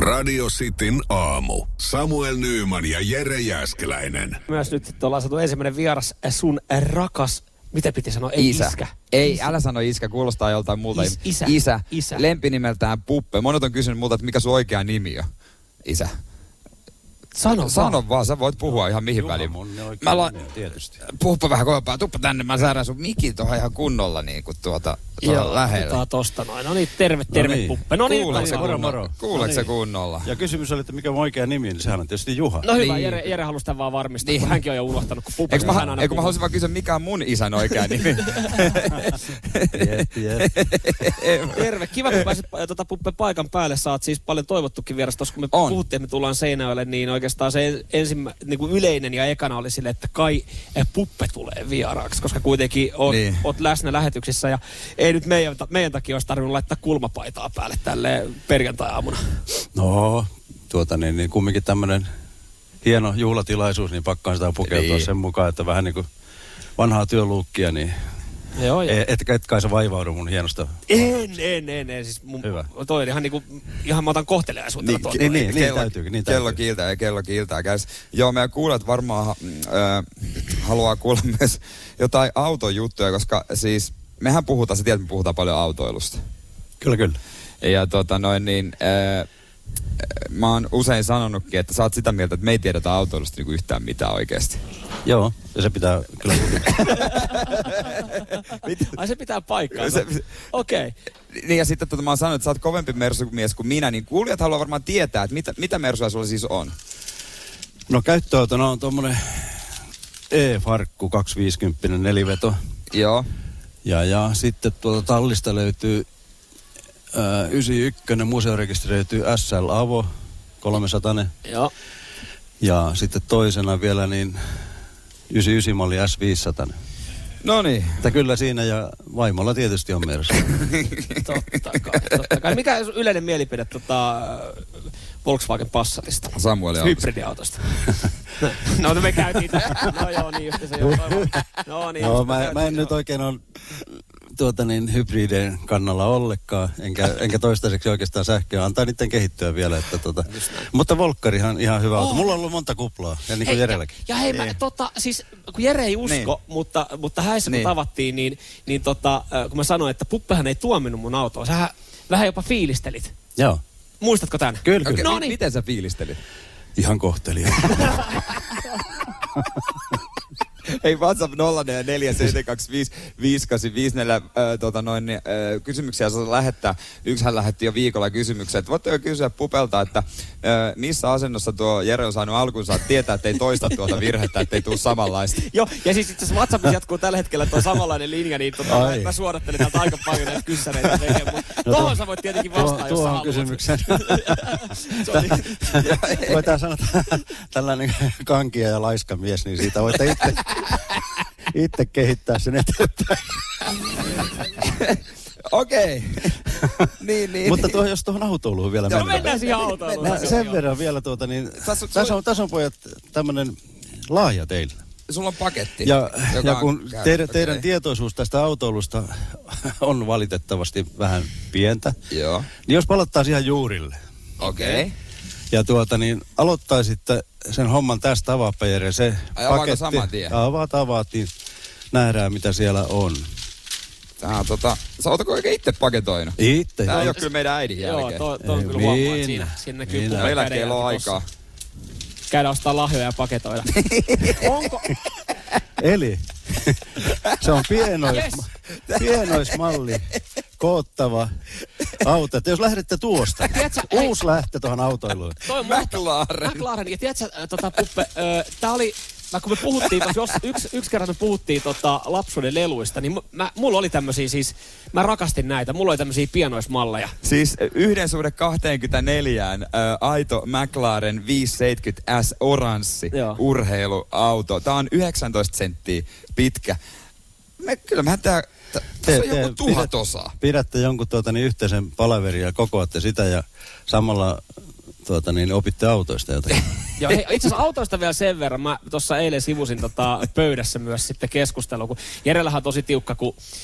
Radio Cityn aamu. Samuel Nyyman ja Jere Jääskeläinen. Myös nyt ollaan saatu ensimmäinen vieras, sun rakas, mitä piti sanoa, ei iskä. Ei, älä sano iskä, kuulostaa joltain muuta. Isä. Lempinimeltään Puppe. Monet on kysynyt multa, että mikä sun oikea nimi on, isä. Sano vaan, sä voit puhua ihan mihin väliin. Mä tietysti. Puhuppa vähän kovempaa, tuppa tänne, mä säädän sun mikin tuohon ihan kunnolla niin kuin tuota lähellä. Joo, tosta noin. No niin, terve Puppe. No niin, moro. Kuuleeko se kunnolla? Ja kysymys oli, että mikä on oikea nimi, niin sehän on tietysti Juha. No hyvä, niin. Jere halusi tämän vaan varmistaa, kun hänkin on jo unohtanut, kun Puppe mä haluaisin vaan kysyä, mikä on mun isän oikea nimi? Terve, kiva kun pääsit Puppe paikan päälle. Sä oot siis paljon toivottukin vieras. Tuossa kun me puhuttiin, että me tullaan Seinäjoelle, niin oikeastaan se niin kuin yleinen ja ekana oli silleen, että kai Puppe tulee vieraaksi, koska kuitenkin oot läsnä lähetyksissä ja ei nyt meidän takia olisi tarvinnut laittaa kulmapaitaa päälle tälle perjantai-aamuna. No, niin kumminkin tämmöinen hieno juhlatilaisuus, niin pakkaan sitä pukeutua sen mukaan, että vähän niin kuin vanhaa työluukkia, niin joo. Et kai se vaivaudu mun hienosta. En. Siis toi on ihan mä otan kohteliaisuutta. Niin täytyykin. Kello kiiltää. Joo, meidän kuulijat varmaan haluaa kuulla myös jotain autojuttuja, koska siis mehän sä tiedät, me puhutaan paljon autoilusta. Kyllä. Ja mä oon usein sanonutkin, että sä oot sitä mieltä, että me ei tiedetä autoilusta niinku yhtään mitään oikeasti. Joo, ja se pitää kyllä. Ai se pitää paikkaansa. Okei. Niin ja sitten mä oon sanonut, että sä oot kovempi mersumies kuin minä, niin kuulijat haluaa varmaan tietää, että mitä mersuja sulla siis on. No käyttöautona on tommonen E-farkku 250 neliveto. Joo. Ja sitten tallista löytyy 91 museorekisteröity SL Avo 300. Joo. Ja sitten toisena vielä niin 99 malli S500. No niin. Että kyllä siinä ja vaimolla tietysti on Mersu. Totta kai. Mikä on yleinen mielipide Volkswagen Passatista? Samuel hybridiautosta. No me käytiin no joo, niin just se No mä en nyt oikein ole hybrideen kannalla ollenkaan, enkä toistaiseksi oikeastaan sähköä. Antaa niiden kehittyä vielä. Että Mutta Volkkarihan ihan hyvä auto. Mulla on ollut monta kuplaa, ja niin kuin Jerelläkin. Ja hei, siis kun Jere ei usko, mutta häissä kun tavattiin, niin kun mä sanoin, että Puppehan ei tuominut mun autoa, sähän vähän jopa fiilistelit. Joo. Muistatko tän? Kyllä. Okay, no niin. Miten sä fiilistelit? Ihan kohteliaan. Hei, WhatsApp 0447255854 kysymyksiä saa lähettää. Yksihän lähetti jo viikolla kysymyksen. Voitteko kysyä Pupelta, että missä asennossa tuo Jere on saanut alkunsa, että tietää, että ei toista tuota virhettä, että ei tule samanlaista. Joo, ja siis itse asiassa WhatsAppissa jatkuu tällä hetkellä tuo samanlainen linja, niin mä suodattelin täältä aika paljon näitä kyssäreitä tekemään, mutta tohon sä voit tietenkin vastaa, jos sä haluat. Kysymyksen. Voidaan sanoa, tällainen kankia ja laiska mies, niin siitä voitte itse kehittää sen eteenpäin. Okei. Niin. Mutta jos tuohon autoiluun vielä mennään. Mennään siihen autoiluun. Sen verran vielä tässä on pojat tämmönen laaja teillä. Sulla on paketti. Ja kun teidän tietoisuus tästä autoilusta on valitettavasti vähän pientä, joo, niin jos palattaisiin ihan juurille. Okei. Ja aloittaisitte sen homman tästä avaapajärjellä. Se paketti. Saman tien? Avaat, niin nähdään mitä siellä on. Sä ootko oikein itse paketoinut? Itse. Tää ei ole kyllä meidän äidin jälkeen. Joo, toi on kyllä huomaa, että siinä näkyy Puppen meillä kello on aikaa. Käydä ostaa lahjoja ja paketoida. Onko? Eli se on pienoismalli, koottava auto. Että jos lähdette tuosta, uusi lähtö tuohon autoiluun. Toi on McLaren. Ja tiedätkö, Puppe, tää oli, kun me puhuttiin, yksi kerran me puhuttiin lapsuuden leluista, niin mulla oli tämmösiä siis, mä rakastin näitä, mulla oli tämmösiä pienoismalleja. Siis 1:24 aito McLaren 570S oranssi urheiluauto. Tää on 19 senttiä pitkä. Kyllähän tää on joku 1000 osaa. Pidätte jonkun yhteisen palaverin ja kokoatte sitä ja samalla opitte autoista jotain. Joo, itse asiassa autoista vielä sen verran. Mä tuossa eilen sivusin pöydässä myös sitten keskustelua, kun Jerellähän on tosi tiukka, kun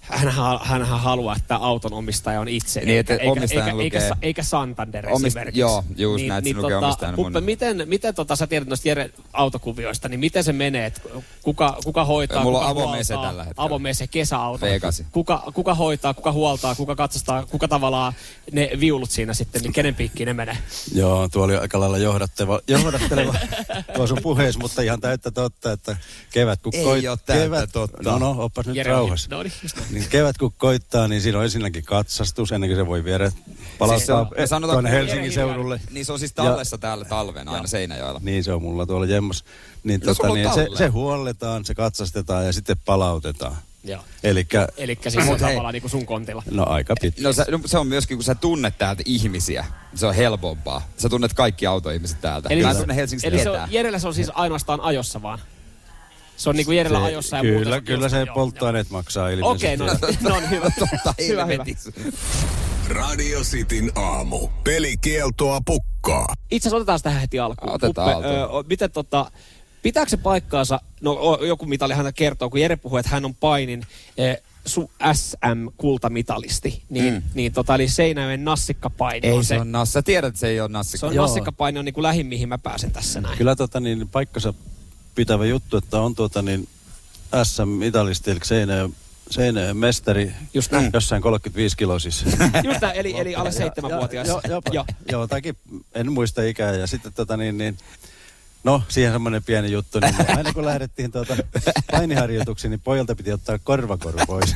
hänhän haluaa, että auton omistaja on itse. Niin, eikä Santander esimerkiksi. Joo, just näin, että lukee omistajana. Puppe, miten sä tiedät noista Jeren autokuvioista, niin miten se menee? Että kuka hoitaa, mulla kuka on avomese tällä hetkellä. Avomese, kesäauto. V8. Kuka hoitaa, kuka huoltaa, kuka katsastaa, kuka tavallaan ne viulut siinä sitten, niin kenen piikkiin ne menee? Joo, tuo oli aika lailla johdatteleva tuo sun puheessa, mutta ihan täyttä totta, että kevät kun koittaa. No, oppas nyt rauhassa. Niin kevät kun koittaa, niin siinä on ensinnäkin katsastus, ennen kuin se voi viedä palauttaa tuonne Helsingin seudulle. Niin se on siis tallessa täällä talven aina Seinäjoella. Niin se on mulla tuolla Jemmos. Niin, se huolletaan, se katsastetaan ja sitten palautetaan. Joo. Elikkä siis tavallaan niin kuin sun kontilla. No aika pitkä. No se on myöskin, kun sä tunnet täältä ihmisiä. Se on helpompaa. Sä tunnet kaikki autoihmiset täältä. Eli Jerellä se on siis ainoastaan ajossa vaan. Se on niinku Jerellä ajossa ja muuta. Kyllä se polttoaineet maksaa ilmeisesti. Okei, no on hyvä. Hyvä. Radio Cityn aamu. Pelikieltoa pukkaa. Itse asiassa otetaan sitä heti alkuun. Otetaan miten pitääkö se paikkaansa, no joku mitali hän kertoo, kun Jere puhuu, että hän on painin SM-kultamitalisti, eli Seinäjoen nassikkapaini. Ei se on nassikka. Sä tiedät, että se ei ole nassikka. Se on nassikkapaini on niinku lähin, mihin mä pääsen tässä näin. Kyllä paikkansa pitävä juttu, että on SM-mitalisti, eli Seinäjoen mestari, jossain 35 kiloisissa. Just tämä, eli alle 7-vuotias. Joo, takin en muista ikää. Ja sitten no, siihen semmoinen pieni juttu, niin aina kun lähdettiin painiharjoituksiin, niin pojalta piti ottaa korvakoru pois.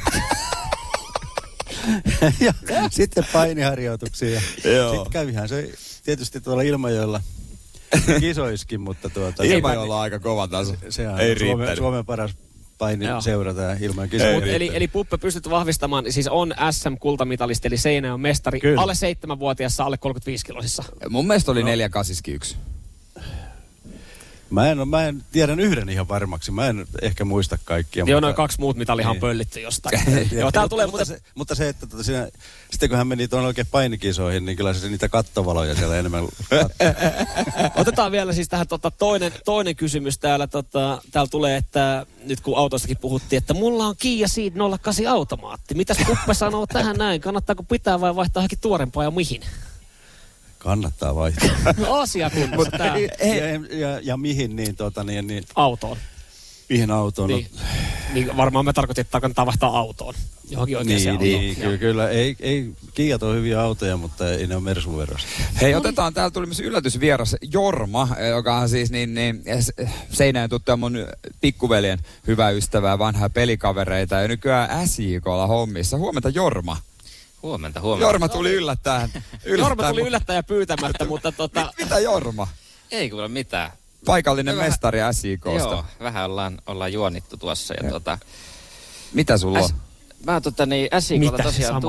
Ja sitten painiharjoituksiin. Ja sitten kävihän se tietysti tuolla Ilmajoella kisoiskin, mutta Ilmajoella on aika kova taso. Se on Suomen paras paini seurata ja ilman kisoja. Eli Puppe pystyt vahvistamaan, siis on SM-kultamitalisti, eli Seinäjoen mestari, alle 7-vuotiaassa, alle 35-kilosissa. Mun mielestä oli 4-8-1. Mä en tiedän yhden ihan varmaksi. Mä en ehkä muista kaikkia. Joo, noin 2 muut mitalihan on pöllitty jostain. Joo, täällä tulee mutta se, että sitten kun hän meni tuonne oikein painikisoihin, niin kyllä se niitä kattovaloja siellä enemmän Otetaan vielä siis tähän toinen kysymys täällä. Täällä tulee, että nyt kun autostakin puhuttiin, että mulla on Kia Ceed 08 automaatti. Mitäs Puppe sanoo tähän näin? Kannattaako pitää vai vaihtaa johonkin tuorempaa ja mihin? Kannattaa vaihtaa. No asiakunnassa tää. Ja mihin niin autoon. Mihin autoon? Niin varmaan me tarkoitin, että kannattaa vaihtaa autoon. Johonkin oikeaan autoon. Niin, kyllä. Ei Kiat on hyviä autoja, mutta ei ne ole Mersun verosta. Hei, otetaan, täällä tuli myös yllätysvieras Jorma, joka on siis Seinäjoen tuttuja mun pikkuveljen hyvä ystävää, vanhaa pelikavereita ja nykyään SJK:lla hommissa. Huomenta Jorma. Huomenta. Jorma tuli yllättäen. Jorma tuli yllättäen pyytämättä, mutta Mitä Jorma? Ei kuule mitään. Paikallinen mestari SJK:sta. Joo, vähän ollaan juonittu tuossa ja Mitä sulla on? Mä SJK:lta tosiaan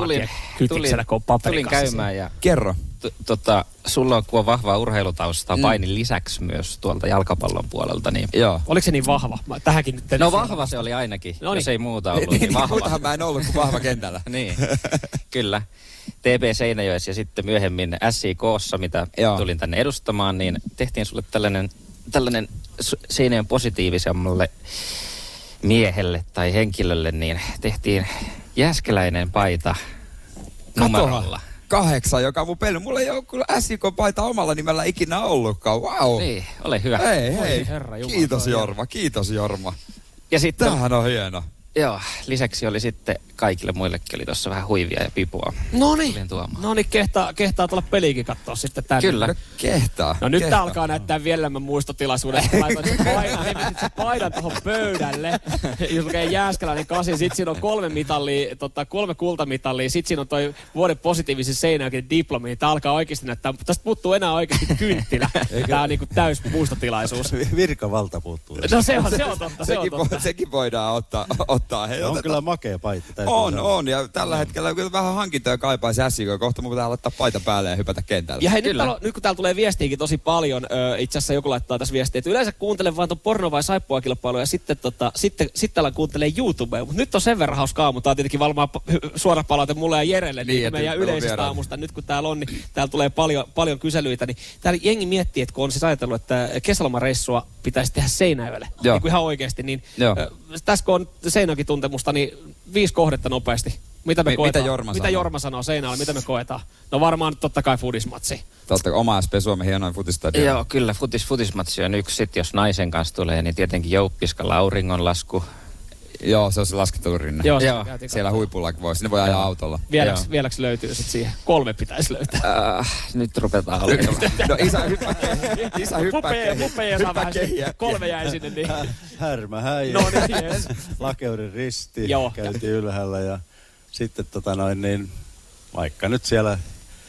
tulin käymään ja kerro. Sulla on kun on vahvaa urheilutaustaa painin lisäksi myös tuolta jalkapallon puolelta. Niin joo. Oliko se niin vahva? Tähänkin nyt no vahva se oli ainakin, jos ei muuta ollut. Niin vahva. Muutahan mä en ollut kuin vahva kentällä. Niin, kyllä. TP Seinäjoessa ja sitten myöhemmin SJK:ssa, mitä tulin tänne edustamaan, niin tehtiin sulle tällainen Seinäjoen positiivisemmalle miehelle tai henkilölle, niin tehtiin Jääskeläinen paita numerolla. 8, joka on mun peli. Mulla ei ole kyllä SJK-paita omalla nimellä ikinä ollutkaan. Wow. Niin, ole hyvä. Hei. Kiitos Jorma. Ja sitten tämähän on hieno. Joo, lisäksi oli sitten kaikille muillekin oli tuossa vähän huivia ja pipua. Noniin, kehtaa tulla peliikin katsoa sitten tänne. Kyllä. Kehtaa. No nyt tää alkaa näyttää vielä enemmän muistotilaisuuden. Laitoin paidan tuohon pöydälle. Jos lukee Jääskeläinen 8, sit siinä on 3 mitallia, 3 kultamitalia, sit siinä on toi vuoden positiivisen Seinäjoen diplomi. Tää alkaa oikeesti näyttää, tästä puuttuu enää oikeesti kynttilä. Tää on niinku täys muistotilaisuus. Virkavalta puuttuu. No se on totta. Sekin voidaan ottaa. Hei, on kyllä makea paita. On. Ja tällä hetkellä kyllä vähän hankintoja kaipaisi SJK. Kohta mun pitää laittaa paita päälle ja hypätä kentälle. Ja hei, nyt kun täällä tulee viestiäkin tosi paljon, itse asiassa joku laittaa tässä viestiä, että yleensä kuuntelen vaan ton porno- vai saippua-kilpailua ja sitten täällä kuuntelee YouTubea. Mutta nyt on sen verran hauska aamu. Tää on tietenkin varmaan suora palaute mulle ja Jerelle, niin meidän yleisestä aamusta. Nyt kun täällä on, niin täällä tulee paljon kyselyitä. Niin täällä jengi miettii, että kun on siis ajatellut, että kesälomareissua pitäisi tehdä Seinäjoelle. Niin kuin ihan oikeasti. Niin, tässä kun on Seinäjoki tuntemusta, niin 5 kohdetta nopeasti. Mitä me koetaan? Mitä Jorma sanoo Seinäjoelle? Mitä me koetaan? No varmaan totta kai fudismatsi. Totta oma SP Suomen hienoin futistadion. Joo, kyllä. Futismatsi on yksi. Sitten jos naisen kanssa tulee, niin tietenkin Jouppiskalla auringonlasku. Joo, se on se laskettelurinne. Joo. Siellä huipulla voi. Sinne voi ajaa autolla. Vieläks löytyy sitten siihen? 3 pitäisi löytää. Nyt rupetaan olemaan. No isä hyppää kehiä. 3 jäi sinne. Niin. Härmä häijä. No niin, yes. Lakeurin risti. Käytiin ylhäällä ja sitten vaikka nyt siellä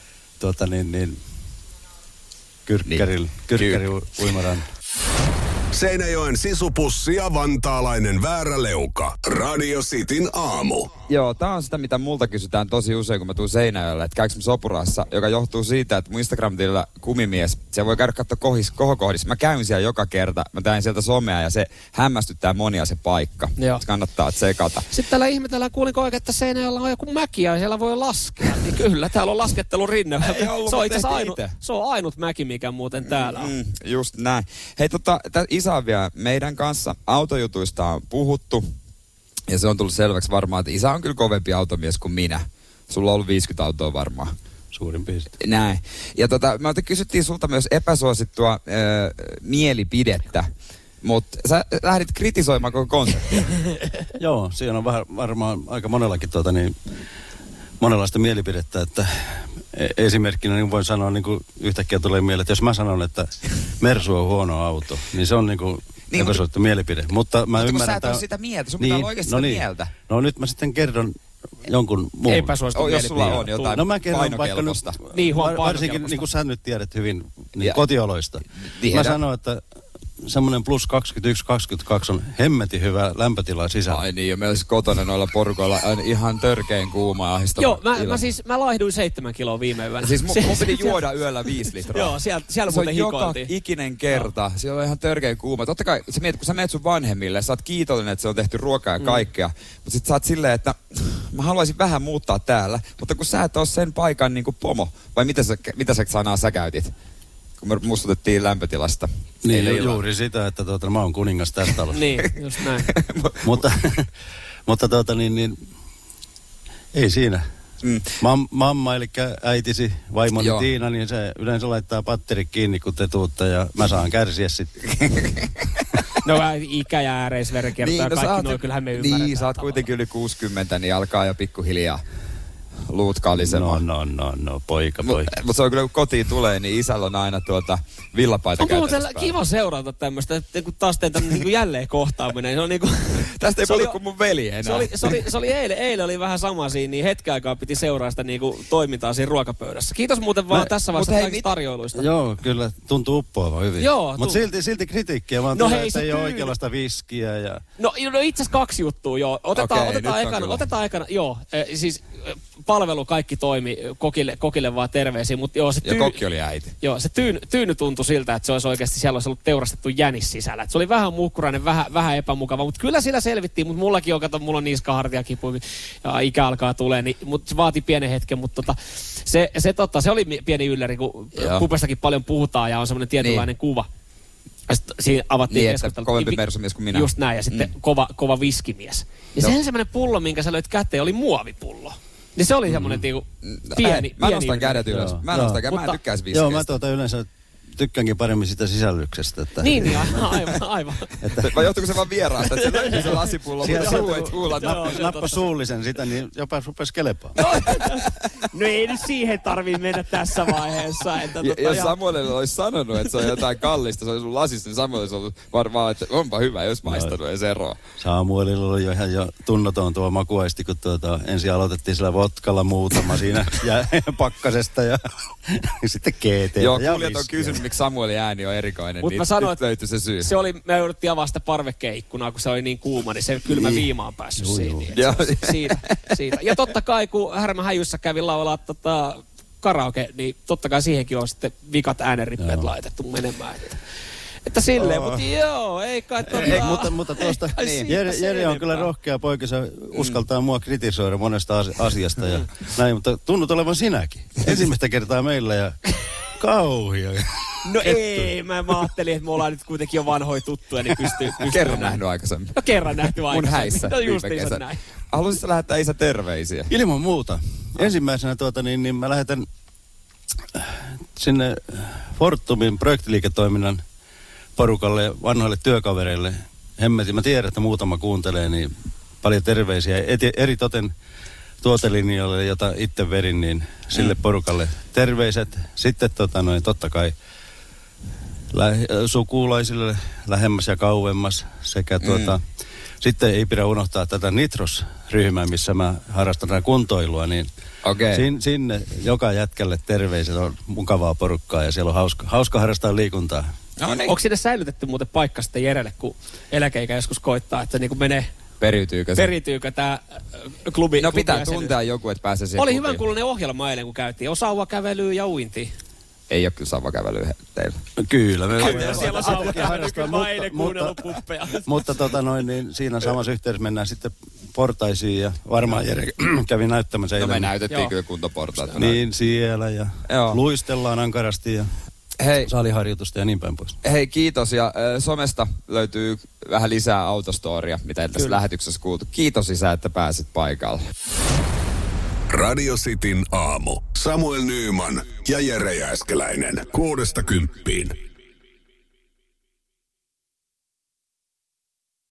Kyrkkäri uimaran. Seinäjoen sisupussi ja vantaalainen vääräleuka. Radio Cityn aamu. Joo, tää on sitä, mitä multa kysytään tosi usein, kun mä tuun Seinäjoelle, että käykö mä sopurassa, joka johtuu siitä, että mun Instagram-tilillä Kumimies, siellä voi käydä katsoa kohokohdissa. Mä käyn siellä joka kerta, mä teen sieltä somea ja se hämmästyttää monia se paikka. Joo. Se kannattaa tsekata. Sitten täällä ihmetellään, kuulinko oikein, että Seinäjoella on joku mäki ja siellä voi laskea. Niin kyllä, täällä on laskettelurinne. Se on ainut mäki, mikä muuten täällä on. Just näin. Hei isä on vielä meidän kanssa. Autojutuista on puhuttu. Ja se on tullut selväksi varmaan, että isä on kyllä kovempi automies kuin minä. Sulla on ollut 50 autoa varmaan. Suurin piirtein. Näin. Ja me kysyttiin sulta myös epäsuosittua mielipidettä. Mutta sä lähdit kritisoimaan koko konseptia. Joo, siinä on varmaan aika monellakin monenlaista mielipidettä, että esimerkkinä niin voin sanoa, niin kuin yhtäkkiä tulee mieleen, että jos mä sanon, että Mersu on huono auto, niin se on niin kuin epäsuosittu mielipide. Mutta mä ymmärrän, kun sä et ole sitä mieltä, sun pitää olla oikeasti sitä mieltä. No nyt mä sitten kerron jonkun muun. Epäsuosittu mielipide. Jos sulla on jotain no mä kerron vaikka nyt, varsinkin niin kuin sä nyt tiedät hyvin kotioloista. Mä sanon, että semmoinen plus 21-22 on hemmetin hyvä lämpötila sisällä. Ai niin, ja meillä olisi kotona noilla porukoilla ihan törkein kuuma ja ahistava. Joo, mä laihduin 7 kiloa viime yönä. Siis mun piti juoda yöllä 5 litraa. Joo, siellä muuten hikoiltiin. Joka ikinen kerta. Siellä on ihan törkein kuuma. Totta kai, kun sä menet sun vanhemmille, sä oot kiitollinen, että se on tehty ruokaa ja kaikkea. Mutta sit sä oot silleen, että mä haluaisin vähän muuttaa täällä. Mutta kun sä et oo sen paikan niin kuin pomo. Vai mitä sanaa sä käytit? Kun me muistutettiin lämpötilasta. Niin, juuri sitä, että mä oon kuningas tästä talossa. Niin, just näin. mutta ei siinä. Mamma, eli äitisi, vaimoni Tiina, niin se yleensä laittaa patteri kiinni, kun te tuutte, ja mä saan kärsiä sitten. No ikä ja ääreisverenkierto ja kaikki noin, kyllähän me ymmärretään. Niin, sä oot kuitenkin yli 60, niin alkaa jo pikkuhiljaa luut kalisemaan. No, poika. Mutta se on kyllä, kun kotiin tulee, niin isällä on aina villapaita käytössä. On kiva seurata tämmöistä, että kun taas teen tämmöinen niin jälleen kohtaaminen. Se on niin kuin, tästä ei paljon kuin mun veli enää. Se oli eilen oli vähän sama siinä, niin hetken aikaa piti seuraa sitä niin kuin toimintaa siinä ruokapöydässä. Kiitos muuten vaan tässä vaiheessa kaikista tarjoiluista. Joo, kyllä tuntuu uppoava hyvin. Mutta silti kritiikkiä vaan tulee, että ei ole oikeanlaista viskiä. Ja... No itse asiassa 2 juttua, joo. Otetaan ekana, joo. Siis palvelu kaikki toimi, kokille vaan terveisiä, mutta joo se kokki oli äiti. Joo, se tyyny tuntui siltä, että se olisi oikeasti, siellä olisi ollut teurastettu jänis sisällä. Et se oli vähän mukkurainen, vähän epämukava, mutta kyllä sillä selvittiin, mutta mullakin on, mulla on niskahartiakipu ja ikä alkaa tulee, niin, mutta se vaati pienen hetken, mutta se oli pieni ylläri, kun Pupestakin paljon puhutaan ja on semmoinen tietynlainen kuva. Siinä avattiin niin, että kovempi mersumies kuin minä. Just näin, ja sitten kova viskimies. Ja se ensimmäinen pullo, minkä sä löit käteen, oli muovipullo. Niin se oli semmoinen pieni. Mä nostan kädet ylös. Mä en tykkäisi viskeistä. Joo, mä yleensä tykkäänkin paremmin sitä sisällyksestä. Että... Niin, aivan. Vai johtuuko se vaan vieraasta, että se löytyy se lasipullo, mutta suu ei tuulla. Nappa suullisen sitä, niin jopa rupesi kelepaa. No ei nyt siihen tarvii mennä tässä vaiheessa. Että jos Samuelille olisi sanonut, että se on jotain kallista, se oli sun lasista, niin Samuel olisi ollut varmaan, että onpa hyvä, jos maistanut, ei se eroa. Samuelilla oli jo ihan tunnoton tuo makuaisti, kun ensin aloitettiin sillä vodkalla muutama siinä pakkasesta ja sitten GT. Joo, kuulijat on kysynyt, miksi Samuelin ääni on erikoinen, niin nyt löytyi se syy. Me jouduttiin avaa sitä parvekkeikkunaa, kun se oli niin kuuma, niin se kylmä viima on päässyt siihen. Siitä. Ja totta kai, kun Härmä Häjyssä kävi laulaa karaoke, niin totta kai siihenkin on sitten vikat äänenrippeet laitettu menemään. Että silleen, mutta joo, ei kai mutta tuosta Jere on kyllä rohkea poika, se uskaltaa mua kritisoida monesta asiasta ja näin, mutta tunnut olevan sinäkin. Ensimmäistä kertaa meillä ja kauhia. No ei, mä ajattelin, että me ollaan nyt kuitenkin jo vanhoja tuttuja, niin pystyy kerran nähnyt aikaisemmin. No kerran nähty aikaisemmin. Mun häissä. No justiinsa näin. Haluaisitko lähettää isä terveisiä? Ilman muuta. Ensimmäisenä niin mä lähetän sinne Fortumin projektiliiketoiminnan porukalle ja vanhoille työkavereille. Hemmetin, mä tiedän, että muutama kuuntelee, niin paljon terveisiä. Eritoten tuotelinjalle, jota itse verin, niin sille porukalle terveiset. Sitten totta kai sukulaisille lähemmäs ja kauemmas sekä sitten ei pidä unohtaa tätä Nitros-ryhmää, missä mä harrastan kuntoilua, niin sinne joka jätkälle terveiset, on mukavaa porukkaa ja siellä on hauska harrastaa liikuntaa. No, niin. Onko sinne säilytetty muuten paikka sitten Jerelle, kun eläkeikä joskus koittaa, että niin kuin menee... Periytyykö tämä klubi? No pitää tuntea joku, että pääsee siihen. Oli hyvän kuuloinen ohjelma eilen, kun käytiin. On sauvakävelyä ja uinti. Ei ole kyllä sauvakävelyä teillä. Kyllä. Siellä sauvakävelyä, mä eilen kuunnellut puppeja. Mutta niin siinä samassa yhteydessä mennään sitten portaisiin ja varmaan Jere kävi näyttämässä eilen. No me näytettiin kyllä kuntoportaita. Niin siellä ja luistellaan ankarasti ja saliharjoitusta ja niin päin pois. Hei, kiitos. Ja somesta löytyy vähän lisää autostoria, mitä ei tässä lähetyksessä kuultu. Kiitos isä, että pääsit paikalle. Radio Cityn aamu. Samuel Nyyman ja Jere Jääskeläinen. 6–10.